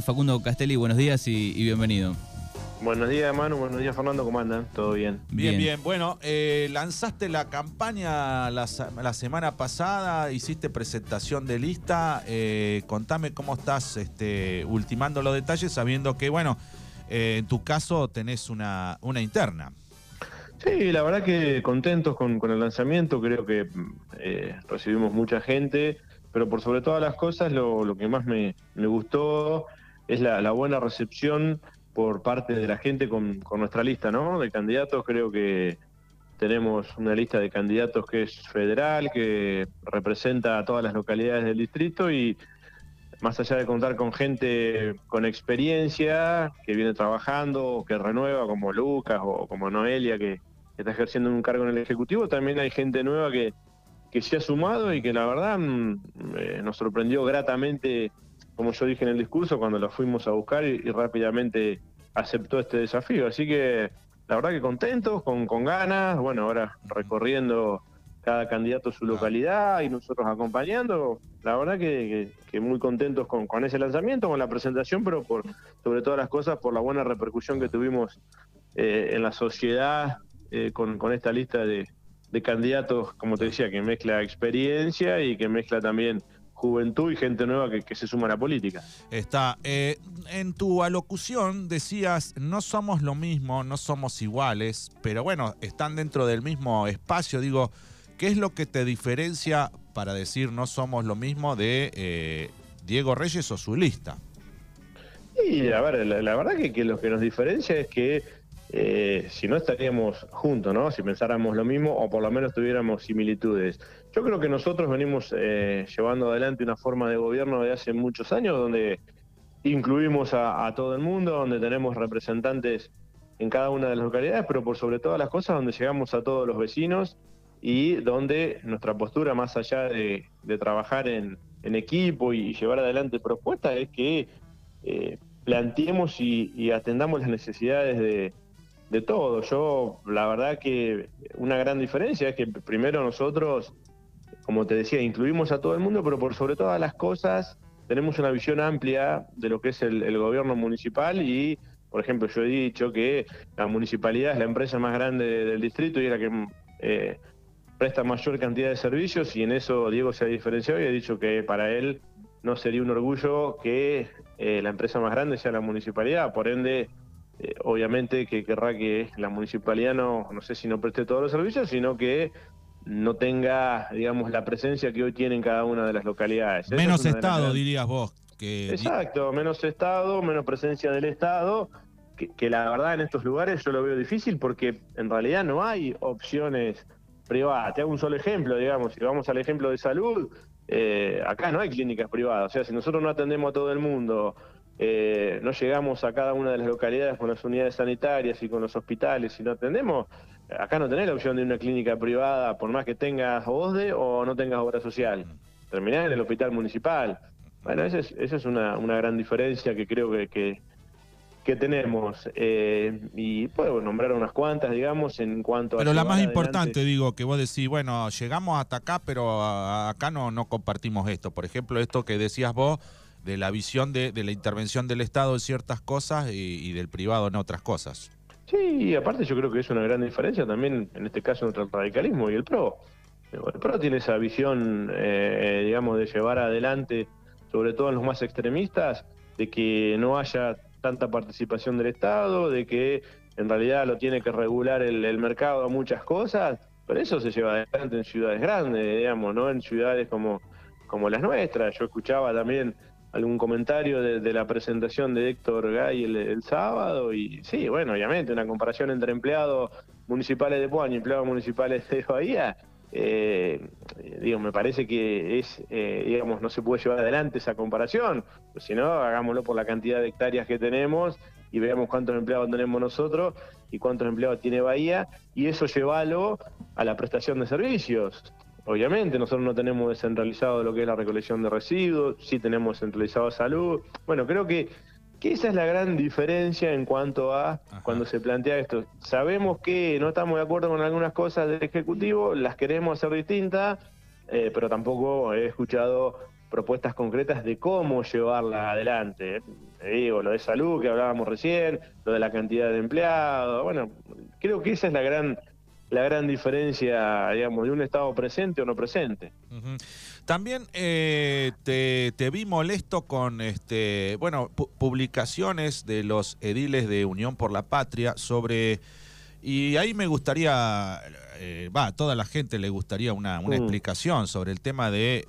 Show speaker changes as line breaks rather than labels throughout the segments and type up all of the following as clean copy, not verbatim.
Facundo Castelli, buenos días y bienvenido.
Buenos días, Manu. Buenos días, Fernando. ¿Cómo andan? ¿Todo bien?
Bien. Bueno, lanzaste la campaña la semana pasada, hiciste presentación de lista. Contame cómo estás ultimando los detalles, sabiendo que, bueno, en tu caso tenés una interna.
Sí, la verdad que contentos con el lanzamiento. Creo que recibimos mucha gente, pero por sobre todas las cosas lo que más me gustó es la buena recepción por parte de la gente con nuestra lista, ¿no? De candidatos. Creo que tenemos una lista de candidatos que es federal, que representa a todas las localidades del distrito y más allá de contar con gente con experiencia, que viene trabajando, que renueva, como Lucas o como Noelia, que está ejerciendo un cargo en el Ejecutivo, también hay gente nueva que se ha sumado y que la verdad nos sorprendió gratamente, como yo dije en el discurso, cuando lo fuimos a buscar y rápidamente aceptó este desafío. Así que la verdad que contentos, con ganas, bueno, ahora recorriendo cada candidato su localidad y nosotros acompañando. La verdad que muy contentos con ese lanzamiento, con la presentación, pero sobre todas las cosas por la buena repercusión que tuvimos en la sociedad con esta lista de candidatos, como te decía, que mezcla experiencia y que mezcla también juventud y gente nueva que se suma a la política.
En tu alocución decías, no somos lo mismo, no somos iguales, pero bueno, están dentro del mismo espacio. Digo, ¿qué es lo que te diferencia para decir no somos lo mismo de Diego Reyes o su lista?
Y a ver, la verdad que lo que nos diferencia es que si no estaríamos juntos, ¿no? Si pensáramos lo mismo o por lo menos tuviéramos similitudes. Yo creo que nosotros venimos llevando adelante una forma de gobierno de hace muchos años donde incluimos a todo el mundo, donde tenemos representantes en cada una de las localidades, pero por sobre todas las cosas donde llegamos a todos los vecinos y donde nuestra postura, más allá de trabajar en equipo y llevar adelante propuestas, es que planteemos y atendamos las necesidades de todo. Yo, la verdad que una gran diferencia es que primero nosotros, como te decía, incluimos a todo el mundo, pero por sobre todas las cosas tenemos una visión amplia de lo que es el gobierno municipal y, por ejemplo, yo he dicho que la municipalidad es la empresa más grande del distrito y es la que presta mayor cantidad de servicios y en eso Diego se ha diferenciado y ha dicho que para él no sería un orgullo que la empresa más grande sea la municipalidad, por ende obviamente que querrá que la municipalidad no sé si no preste todos los servicios, sino que no tenga, digamos, la presencia que hoy tiene en cada una de las localidades.
Menos Estado, dirías vos.
Exacto, menos Estado, menos presencia del Estado, que la verdad en estos lugares yo lo veo difícil porque en realidad no hay opciones privadas. Te hago un solo ejemplo, digamos, si vamos al ejemplo de salud, acá no hay clínicas privadas, o sea, si nosotros no atendemos a todo el mundo, no llegamos a cada una de las localidades con las unidades sanitarias y con los hospitales, si no atendemos, acá no tenés la opción de una clínica privada, por más que tengas OSDE o no tengas obra social, terminás en el hospital municipal. Bueno, esa es una gran diferencia que creo que tenemos, y puedo nombrar unas cuantas, digamos, en cuanto a...
Pero la más importante, digo, que vos decís, bueno, llegamos hasta acá, pero acá no compartimos esto. Por ejemplo, esto que decías vos, de la visión de la intervención del Estado en ciertas cosas y del privado en otras cosas.
Sí, y aparte yo creo que es una gran diferencia también, en este caso, entre el radicalismo y el PRO. El PRO tiene esa visión, digamos, de llevar adelante, sobre todo en los más extremistas, de que no haya tanta participación del Estado, de que en realidad lo tiene que regular el mercado a muchas cosas, pero eso se lleva adelante en ciudades grandes, digamos, no en ciudades como las nuestras. Yo escuchaba también algún comentario de la presentación de Héctor Gay el sábado y sí, bueno, obviamente una comparación entre empleados municipales de Puan y empleados municipales de Bahía, digo, me parece que digamos, no se puede llevar adelante esa comparación, pues si no, hagámoslo por la cantidad de hectáreas que tenemos y veamos cuántos empleados tenemos nosotros y cuántos empleados tiene Bahía, y eso llevalo a la prestación de servicios. Obviamente, nosotros no tenemos descentralizado lo que es la recolección de residuos, sí tenemos centralizado salud. Bueno, creo que esa es la gran diferencia en cuanto a cuando se plantea esto. Sabemos que no estamos de acuerdo con algunas cosas del Ejecutivo, las queremos hacer distintas, pero tampoco he escuchado propuestas concretas de cómo llevarla adelante. Te digo, lo de salud que hablábamos recién, lo de la cantidad de empleados. Bueno, creo que esa es la gran diferencia, digamos, de un Estado presente o no presente.
Uh-huh. También te vi molesto con publicaciones de los ediles de Unión por la Patria sobre, y ahí me gustaría, a toda la gente le gustaría una explicación sobre el tema de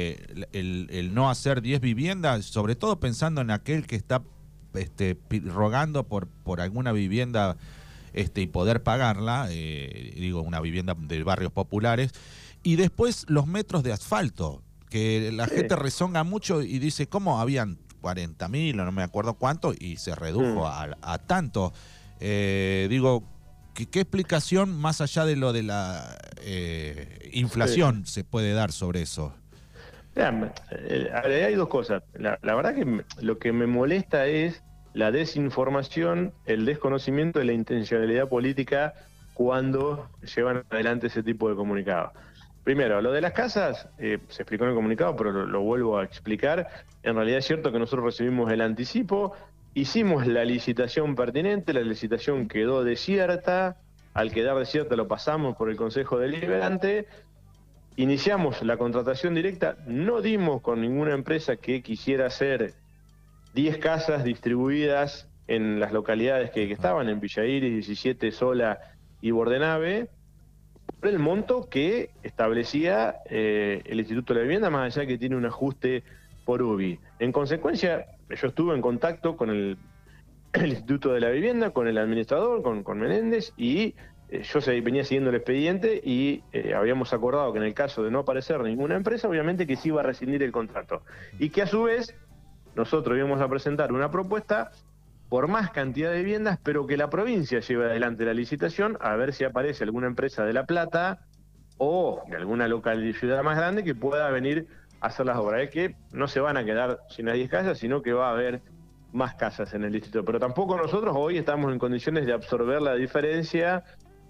el no hacer 10 viviendas, sobre todo pensando en aquel que está rogando por alguna vivienda y poder pagarla, digo, una vivienda de barrios populares, y después los metros de asfalto, que la gente rezonga mucho y dice, ¿cómo habían 40.000 o no me acuerdo cuánto y se redujo a tanto? Digo, ¿qué explicación más allá de lo de la inflación se puede dar sobre eso?
Mirá, hay dos cosas. La verdad que lo que me molesta es la desinformación, el desconocimiento de la intencionalidad política cuando llevan adelante ese tipo de comunicados. Primero, lo de las casas, se explicó en el comunicado, pero lo vuelvo a explicar. En realidad es cierto que nosotros recibimos el anticipo, hicimos la licitación pertinente, la licitación quedó desierta, al quedar desierta lo pasamos por el Consejo Deliberante, iniciamos la contratación directa, no dimos con ninguna empresa que quisiera hacer 10 casas distribuidas en las localidades que estaban, en Villa Iris, 17, Sola y Bordenave, por el monto que establecía el Instituto de la Vivienda, más allá que tiene un ajuste por UBI. En consecuencia, yo estuve en contacto con el Instituto de la Vivienda, con el administrador, con Menéndez, y yo venía siguiendo el expediente y habíamos acordado que en el caso de no aparecer ninguna empresa, obviamente que se iba a rescindir el contrato. Y que a su vez nosotros íbamos a presentar una propuesta por más cantidad de viviendas, pero que la provincia lleve adelante la licitación, a ver si aparece alguna empresa de La Plata o de alguna ciudad más grande que pueda venir a hacer las obras. Es que no se van a quedar sin las 10 casas, sino que va a haber más casas en el distrito. Pero tampoco nosotros hoy estamos en condiciones de absorber la diferencia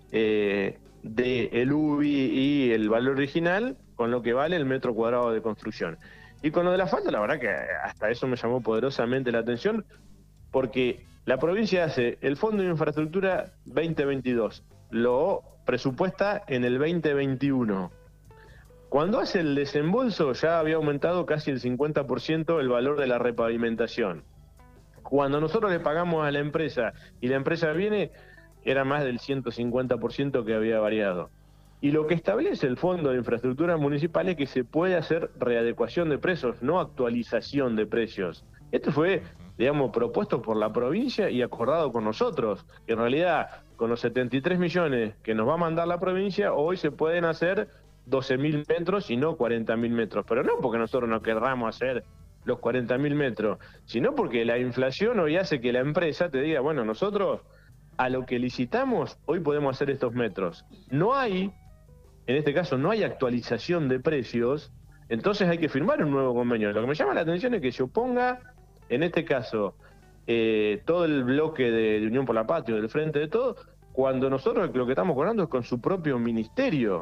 del UBI y el valor original con lo que vale el metro cuadrado de construcción. Y con lo de la falta, la verdad que hasta eso me llamó poderosamente la atención, porque la provincia hace el Fondo de Infraestructura 2022, lo presupuesta en el 2021. Cuando hace el desembolso ya había aumentado casi el 50% el valor de la repavimentación. Cuando nosotros le pagamos a la empresa y la empresa viene, era más del 150% que había variado. Y lo que establece el Fondo de Infraestructura Municipal es que se puede hacer readecuación de precios, no actualización de precios. Esto fue, digamos, propuesto por la provincia y acordado con nosotros. En realidad, con los 73 millones que nos va a mandar la provincia, hoy se pueden hacer 12.000 metros y no 40.000 metros. Pero no porque nosotros no querramos hacer los 40.000 metros, sino porque la inflación hoy hace que la empresa te diga, bueno, nosotros a lo que licitamos, hoy podemos hacer estos metros. No hay, en este caso, no hay actualización de precios, entonces hay que firmar un nuevo convenio. Lo que me llama la atención es que se oponga, en este caso, todo el bloque de Unión por la Patria, del Frente de Todo, cuando nosotros lo que estamos cobrando es con su propio ministerio.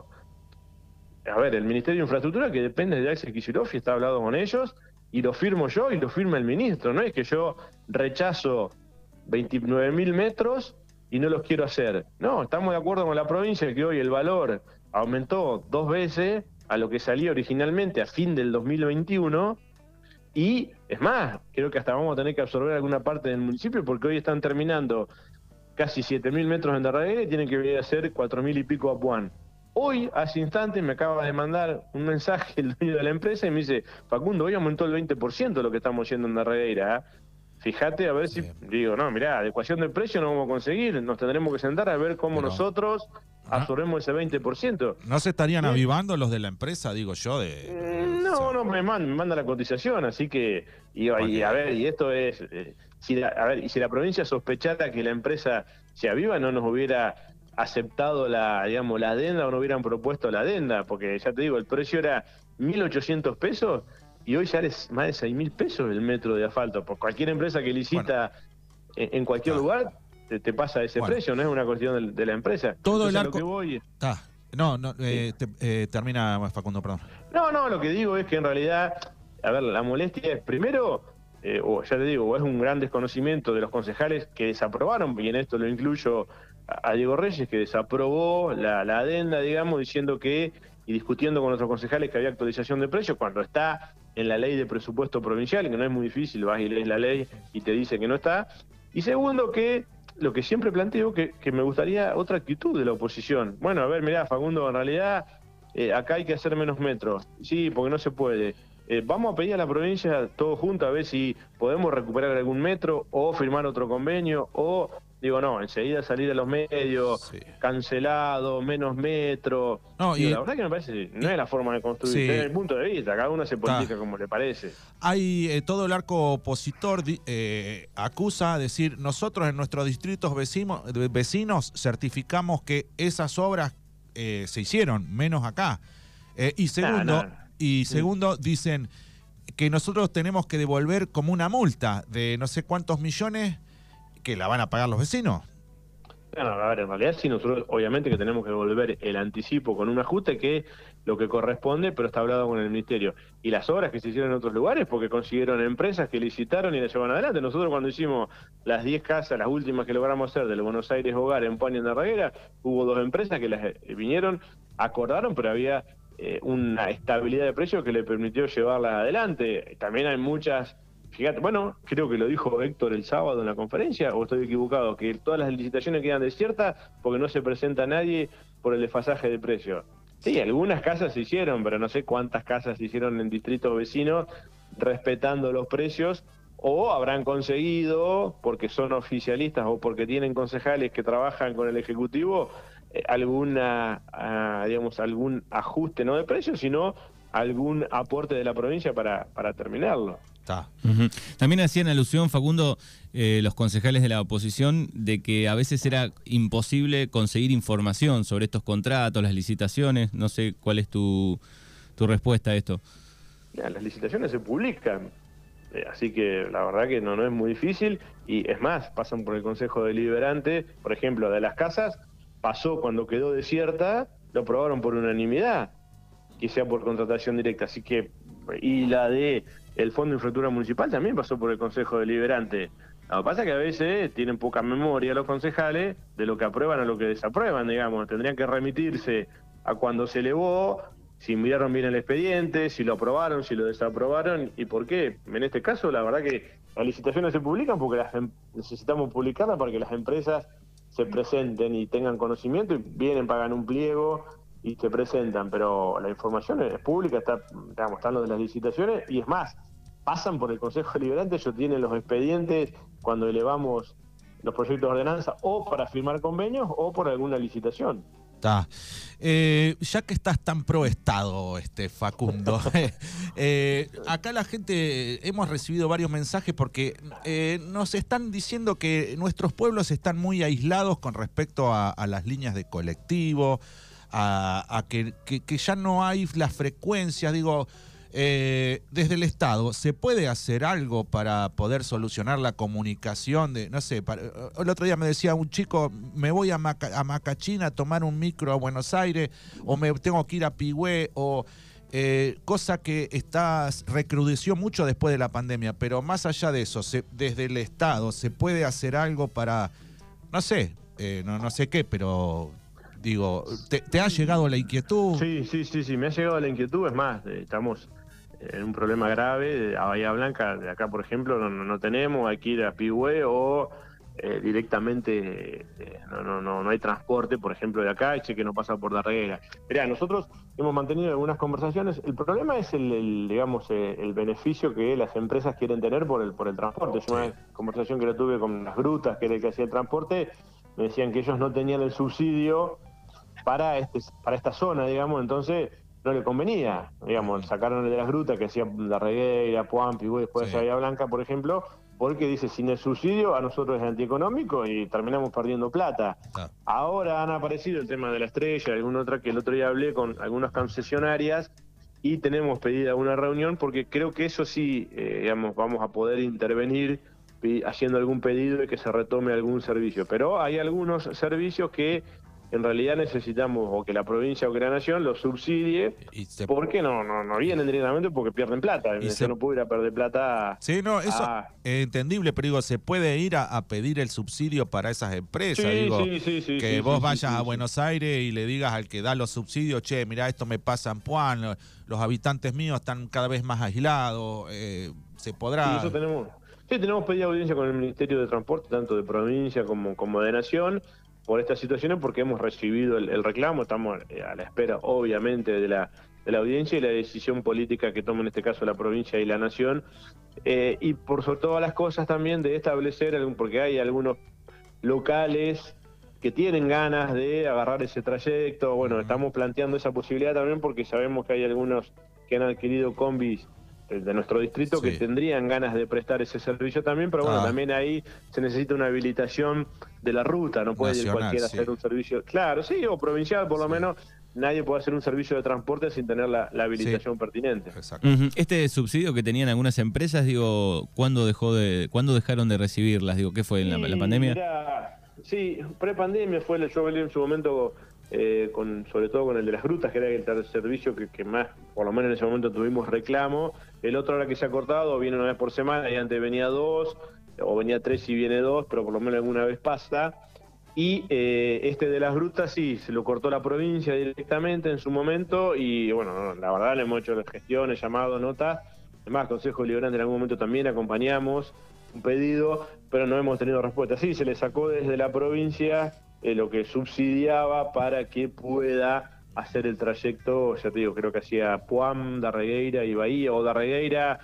A ver, el Ministerio de Infraestructura, que depende de Axel Kicillof, y está hablado con ellos, y lo firmo yo y lo firma el ministro. No es que yo rechazo 29.000 metros y no los quiero hacer. No, estamos de acuerdo con la provincia que hoy el valor aumentó 2 veces a lo que salía originalmente a fin del 2021, y es más, creo que hasta vamos a tener que absorber alguna parte del municipio, porque hoy están terminando casi 7.000 metros en Darreguera y tienen que venir a hacer 4.000 y pico a Puan. Hoy, hace instantes, me acaba de mandar un mensaje el dueño de la empresa y me dice, Facundo, hoy aumentó el 20% lo que estamos haciendo en Darreguera. Fíjate a ver si, digo, no, mirá, adecuación de precio no vamos a conseguir, nos tendremos que sentar a ver cómo nosotros absorbemos ese 20%.
¿No se estarían avivando los de la empresa, digo yo?
No, me manda la cotización, así que, y a ver, y esto es, si la provincia sospechara que la empresa se aviva, no nos hubiera aceptado la adenda o no hubieran propuesto la adenda, porque ya te digo, el precio era 1.800 pesos y hoy ya es más de 6.000 pesos el metro de asfalto. Por cualquier empresa que licita en cualquier lugar, te pasa ese precio, no es una cuestión de la empresa.
Todo
Entonces,
el arco...
lo que voy...
termina Facundo, perdón.
No, lo que digo es que en realidad a ver, la molestia es primero, o ya te digo, o es un gran desconocimiento de los concejales que desaprobaron, y en esto lo incluyo a Diego Reyes, que desaprobó la adenda, digamos, diciendo que, y discutiendo con otros concejales que había actualización de precios, cuando está en la ley de presupuesto provincial, que no es muy difícil, vas y lees la ley y te dice que no está. Y segundo, que lo que siempre planteo, que me gustaría otra actitud de la oposición. Bueno, a ver, mirá, Facundo, en realidad acá hay que hacer menos metros. Sí, porque no se puede. Vamos a pedir a la provincia todos juntos a ver si podemos recuperar algún metro o firmar otro convenio o, digo, no, enseguida salir a los medios,
Sí.
cancelado, menos metro.
No,
Digo,
y-
la verdad que me parece, no es la forma de construir,
Sí.
desde mi punto de vista, cada uno se politica
Está.
como le parece.
Hay todo el arco opositor acusa, decir, nosotros en nuestros distritos vecinos certificamos que esas obras se hicieron, menos acá. Y segundo,
Nah.
dicen que nosotros tenemos que devolver como una multa de no sé cuántos millones que la van a pagar los vecinos.
Bueno, a ver, en realidad sí, nosotros obviamente que tenemos que devolver el anticipo con un ajuste que es lo que corresponde, pero está hablado con el Ministerio. Y las obras que se hicieron en otros lugares, porque consiguieron empresas que licitaron y las llevaron adelante. Nosotros cuando hicimos las 10 casas, las últimas que logramos hacer del Buenos Aires Hogar en Puan y en Darreguera, hubo 2 empresas que las vinieron, acordaron, pero había una estabilidad de precios que le permitió llevarlas adelante. También hay muchas... Fíjate, bueno, creo que lo dijo Héctor el sábado en la conferencia, o estoy equivocado, que todas las licitaciones quedan desiertas porque no se presenta nadie por el desfasaje de precios. Sí, algunas casas se hicieron, pero no sé cuántas casas se hicieron en distritos vecinos respetando los precios, o habrán conseguido, porque son oficialistas o porque tienen concejales que trabajan con el Ejecutivo, digamos, algún ajuste no de precios, sino algún aporte de la provincia para terminarlo.
Está.
Ujú. También hacían alusión, Facundo, los concejales de la oposición, de que a veces era imposible conseguir información sobre estos contratos, las licitaciones. No sé cuál es tu respuesta a esto.
Ya, las licitaciones se publican, así que la verdad que no es muy difícil, y es más, pasan por el Consejo Deliberante, por ejemplo, de las casas, pasó cuando quedó desierta, lo aprobaron por unanimidad, que sea por contratación directa, así que, y la de el Fondo de Infraestructura Municipal también pasó por el Consejo Deliberante. Lo que pasa es que a veces tienen poca memoria los concejales de lo que aprueban a lo que desaprueban, digamos. Tendrían que remitirse a cuando se elevó, si miraron bien el expediente, si lo aprobaron, si lo desaprobaron y por qué. En este caso, la verdad que las licitaciones se publican porque necesitamos publicarlas para que las empresas se presenten y tengan conocimiento y vienen, pagan un pliego y se presentan, pero la información es pública, están lo de las licitaciones, y es más, pasan por el Consejo Deliberante, ellos tienen los expedientes cuando elevamos los proyectos de ordenanza o para firmar convenios o por alguna licitación.
Está. Ya que estás tan pro Estado, Facundo, acá la gente, hemos recibido varios mensajes porque nos están diciendo que nuestros pueblos están muy aislados con respecto a las líneas de colectivo, a que ya no hay las frecuencias. Digo, desde el Estado, ¿se puede hacer algo para poder solucionar la comunicación? No sé, el otro día me decía un chico, me voy a Macachín a tomar un micro a Buenos Aires, o me tengo que ir a Pigüé, o cosa que recrudeció mucho después de la pandemia. Pero más allá de eso, desde el Estado, ¿se puede hacer algo para, no sé, no sé qué, pero... Digo, ¿te ha llegado la inquietud?
Sí, me ha llegado la inquietud. Es más, estamos en un problema grave. A Bahía Blanca, de acá, por ejemplo, no tenemos, hay que ir a Pigüé o directamente no hay transporte, por ejemplo, de acá, que no pasa por Darreguera. Mirá, nosotros hemos mantenido algunas conversaciones. El problema es el beneficio que las empresas quieren tener por el transporte. Es una conversación que la tuve con las grutas, que era el que hacía el transporte. Me decían que ellos no tenían el subsidio para esta zona, digamos, entonces no le convenía, digamos, sacaron el de las grutas que hacía Darreguera, Puan, Pigüé, después de Bahía Blanca, por ejemplo, porque dice, sin el subsidio a nosotros es antieconómico y terminamos perdiendo plata.
Ah.
Ahora han aparecido el tema de la Estrella, alguna otra que el otro día hablé con algunas concesionarias y tenemos pedida una reunión porque creo que eso sí, digamos, vamos a poder intervenir haciendo algún pedido de que se retome algún servicio. Pero hay algunos servicios que en realidad necesitamos o que la provincia o que la nación lo subsidie, porque no vienen directamente porque pierden plata. Yo no puedo ir a perder plata.
Sí, no, eso es entendible, pero digo, se puede ir a pedir el subsidio para esas empresas.
Sí,
digo,
sí,
que vos vayas a Buenos Aires y le digas al que da los subsidios, che, mirá, esto me pasa en Puan, los habitantes míos están cada vez más aislados, se podrá...
Sí, eso tenemos pedido audiencia con el Ministerio de Transporte, tanto de provincia como de nación, por estas situaciones, porque hemos recibido el reclamo, estamos a la espera, obviamente, de la audiencia y la decisión política que toma en este caso la provincia y la nación, y por sobre todas las cosas también de establecer, porque hay algunos locales que tienen ganas de agarrar ese trayecto. Bueno, estamos planteando esa posibilidad también porque sabemos que hay algunos que han adquirido combis de nuestro distrito que tendrían ganas de prestar ese servicio también, pero bueno, también ahí se necesita una habilitación de la ruta, no puede ir cualquiera a hacer un servicio, claro, sí, o provincial por lo menos, nadie puede hacer un servicio de transporte sin tener la habilitación pertinente.
Exacto.
Este subsidio que tenían algunas empresas, digo, ¿cuándo dejaron de recibirlas? Digo, ¿qué fue en la pandemia?
Sí, prepandemia fue, yo hablé en su momento sobre todo con el de las grutas, que era el servicio que más, por lo menos en ese momento tuvimos reclamo. El otro ahora que se ha cortado, viene una vez por semana, y antes venía 2, o venía 3 y viene 2, pero por lo menos alguna vez pasa. Y este de las grutas sí, se lo cortó la provincia directamente en su momento, y bueno, la verdad le hemos hecho gestiones, llamados, notas. Además, Consejo Liberante en algún momento también acompañamos un pedido, pero no hemos tenido respuesta. Sí, se le sacó desde la provincia lo que subsidiaba para que pueda hacer el trayecto, ya te digo, creo que hacía Puan, Darregueira y Bahía, o Darregueira,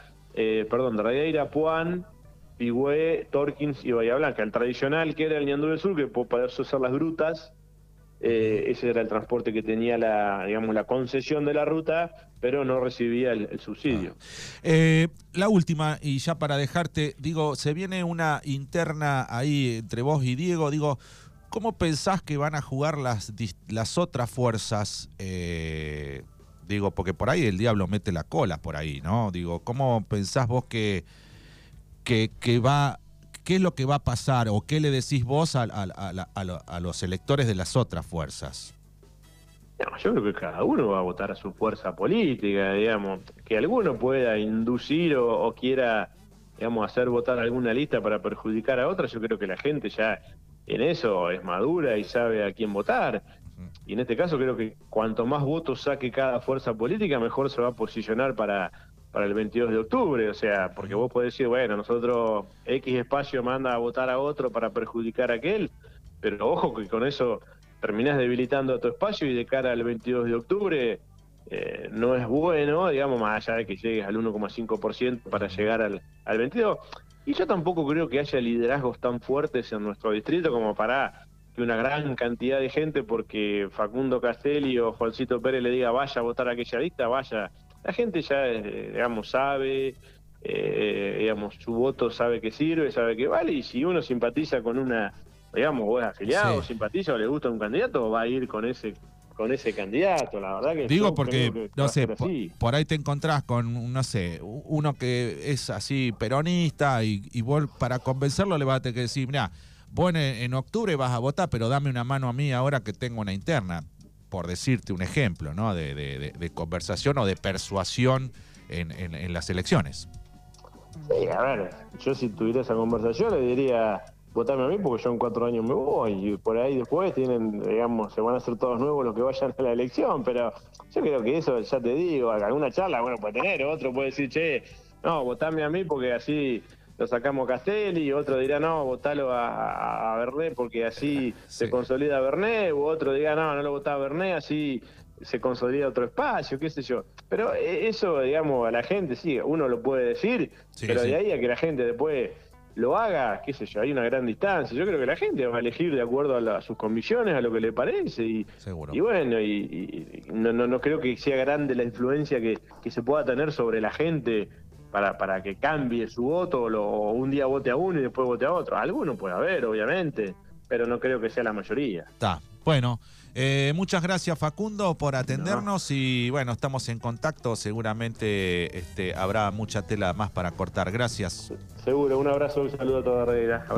Puan, Pigüé, Torkins y Bahía Blanca. El tradicional, que era el Ñandú del Sur, que por poder usar las grutas, ese era el transporte que tenía la concesión de la ruta, pero no recibía el subsidio.
La última, y ya para dejarte, digo, se viene una interna ahí entre vos y Diego, digo, ¿cómo pensás que van a jugar las otras fuerzas? Digo, porque por ahí el diablo mete la cola por ahí, ¿no? Digo, ¿cómo pensás vos que va, qué es lo que va a pasar o qué le decís vos a los electores de las otras fuerzas?
No, yo creo que cada uno va a votar a su fuerza política, digamos. Que alguno pueda inducir o quiera, digamos, hacer votar alguna lista para perjudicar a otra, yo creo que la gente ya en eso es madura y sabe a quién votar. Y en este caso creo que cuanto más votos saque cada fuerza política, mejor se va a posicionar para el 22 de octubre. O sea, porque vos podés decir, bueno, nosotros X espacio manda a votar a otro para perjudicar a aquel, pero ojo que con eso terminás debilitando a tu espacio y de cara al 22 de octubre no es bueno, digamos, más allá de que llegues al 1,5% para llegar al 22. Y yo tampoco creo que haya liderazgos tan fuertes en nuestro distrito como para que una gran cantidad de gente, porque Facundo Castelli o Juancito Pérez le diga vaya a votar a aquella lista, vaya. La gente ya, digamos, sabe, digamos, su voto sabe que sirve, sabe que vale, y si uno simpatiza con una, digamos, vos es afiliado, simpatiza o le gusta un candidato, va a ir con ese candidato. La verdad que
digo, porque no sé, por ahí te encontrás con, no sé, uno que es así peronista y vos para convencerlo le vas a tener que decir, mirá, vos en octubre vas a votar, pero dame una mano a mí ahora que tengo una interna, por decirte un ejemplo, ¿no? de conversación o de persuasión en las elecciones.
Sí, a ver, yo si tuviera esa conversación le diría, votame a mí porque yo en 4 años me voy, y por ahí después tienen, digamos, se van a hacer todos nuevos los que vayan a la elección, pero yo creo que eso, ya te digo, alguna charla, bueno, puede tener, otro puede decir, che, no, votame a mí porque así lo sacamos a Castelli, y otro dirá, no, votalo a Bernet porque así se consolida Bernet, u otro diga, no lo votá a Bernet, así se consolida otro espacio, qué sé yo. Pero eso, digamos, a la gente, sí, uno lo puede decir, pero de ahí a que la gente después lo haga, qué sé yo, hay una gran distancia. Yo creo que la gente va a elegir de acuerdo a sus convicciones, a lo que le parece, y bueno, y no creo que sea grande la influencia que se pueda tener sobre la gente para que cambie su voto, o un día vote a uno y después vote a otro. Alguno puede haber, obviamente, pero no creo que sea la mayoría.
Está, bueno. Muchas gracias, Facundo, por atendernos y bueno, estamos en contacto, seguramente habrá mucha tela más para cortar. Gracias.
Seguro, un abrazo, un saludo a toda Herrera.